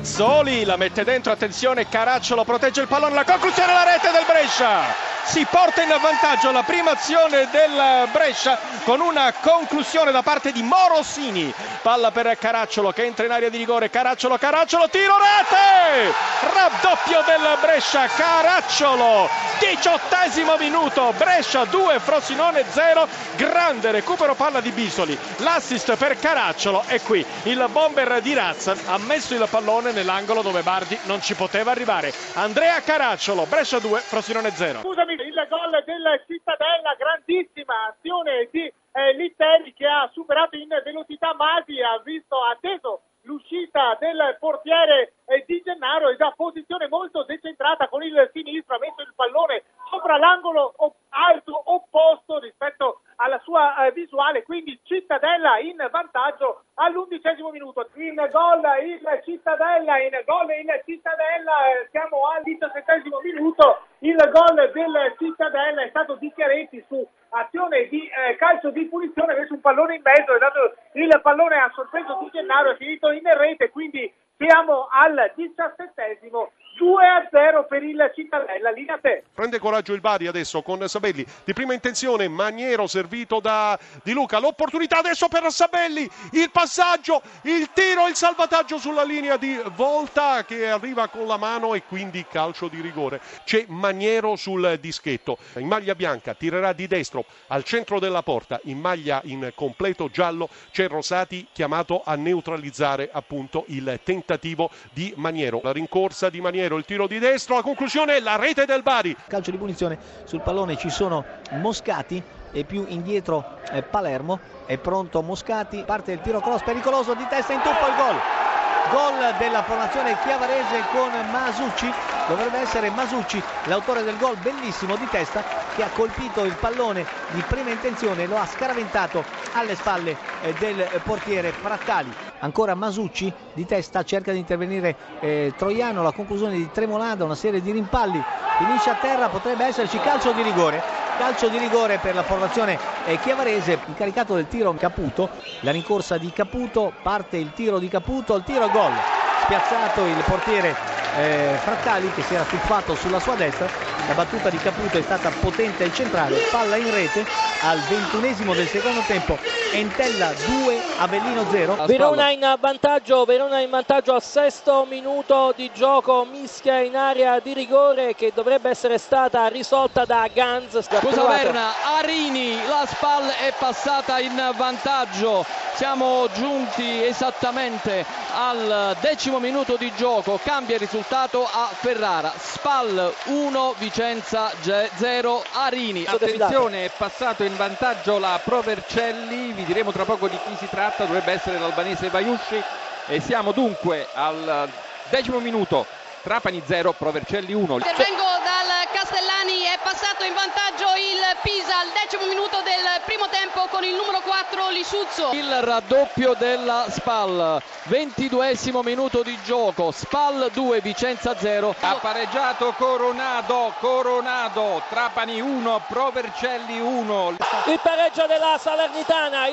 Mazzoli la mette dentro, attenzione, Caracciolo protegge il pallone, la conclusione, la rete del Brescia. Si porta in vantaggio la prima azione del Brescia con una conclusione da parte di Morosini. Palla per Caracciolo che entra in area di rigore, Caracciolo, tiro, rete! Raddoppio del Brescia, Caracciolo, 18° minuto, Brescia 2, Frosinone 0, grande recupero palla di Bisoli, l'assist per Caracciolo e qui il bomber di Razza ha messo il pallone nell'angolo dove Bardi non ci poteva arrivare. Andrea Caracciolo, Brescia 2, Frosinone 0. Scusami, il gol del Cittadella, grandissima azione di Litteri che ha superato in velocità Masi, ha atteso l'uscita del portiere Di Gennaro e da posizione molto decentrata con il sinistro ha messo il pallone sopra l'angolo alto opposto rispetto alla sua visuale, quindi Cittadella in vantaggio all'11° minuto. In gol il Cittadella, siamo al 17° minuto, il gol del Cittadella è stato di Chiaretti su azione di calcio di punizione, ha messo un pallone in mezzo, il pallone ha sorpreso Di Gennaro, è finito in rete, quindi siamo al 17°, 2-0 per il Cittadella. Linea te. Prende coraggio il Bari adesso con Sabelli, di prima intenzione, Maniero servito da Di Luca, l'opportunità adesso per Sabelli, il passaggio, il tiro, il salvataggio sulla linea di Volta che arriva con la mano e quindi calcio di rigore. C'è Maniero sul dischetto, in maglia bianca, tirerà di destro al centro della porta, in maglia in completo giallo c'è Rosati chiamato a neutralizzare appunto il tentativo di Maniero, la rincorsa di Maniero, il tiro di destro, la conclusione, la rete del Bari. Calcio di punizione, sul pallone ci sono Moscati e più indietro Palermo, è pronto Moscati, parte il tiro cross pericoloso di testa, intoppa il gol della formazione chiavarese con Masucci, dovrebbe essere Masucci l'autore del gol bellissimo di testa che ha colpito il pallone di prima intenzione e lo ha scaraventato alle spalle del portiere Frattali. Ancora Masucci di testa, cerca di intervenire Troiano, la conclusione di Tremolada, una serie di rimpalli, finisce a terra, potrebbe esserci calcio di rigore per la formazione chiavarese, incaricato del tiro Caputo, la rincorsa di Caputo, parte il tiro di Caputo, il tiro gol, spiazzato il portiere Frattali che si era tuffato sulla sua destra, la battuta di Caputo è stata potente e centrale, palla in rete al 21° del secondo tempo, Entella 2, Avellino 0. Verona in vantaggio al 6° minuto di gioco, mischia in area di rigore che dovrebbe essere stata risolta da Ganz. Scusa Verna, Arini, la SPAL è passata in vantaggio, siamo giunti esattamente al 10° minuto di gioco, cambia il risultato a Ferrara, SPAL 1, Vicenza 0, Arini. Attenzione, è passato in vantaggio la Provercelli, vi diremo tra poco di chi si tratta, dovrebbe essere l'albanese Vaiusci e siamo dunque al 10° minuto, Trapani 0, Provercelli 1. Intervengo dal Castellani, è passato in vantaggio il Pisa al 10° minuto del primo tempo con il numero 4 Lisuzzo. Il raddoppio della SPAL, 22° minuto di gioco, SPAL 2, Vicenza 0. Ha pareggiato Coronado, Trapani 1, Provercelli 1. Il pareggio della Salernitana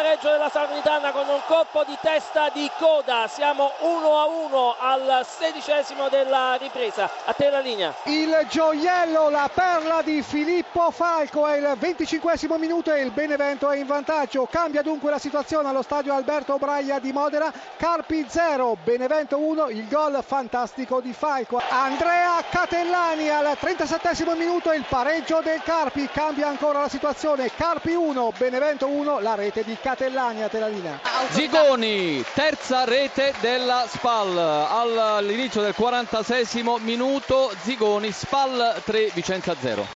con un colpo di testa di Coda, siamo 1-1 al 16° della ripresa. A te la linea. Il gioiello, la perla di Filippo Falco, è il 25° minuto e il Benevento è in vantaggio. Cambia dunque la situazione allo stadio Alberto Braia di Modena. Carpi 0, Benevento 1, il gol fantastico di Falco. Andrea Catellani al 37° minuto, il pareggio del Carpi, cambia ancora la situazione. Carpi 1, Benevento 1, la rete di Catellani. A te la linea. Zigoni, terza rete della SPAL all'inizio del 46° minuto, Zigoni, SPAL 3, Vicenza 0.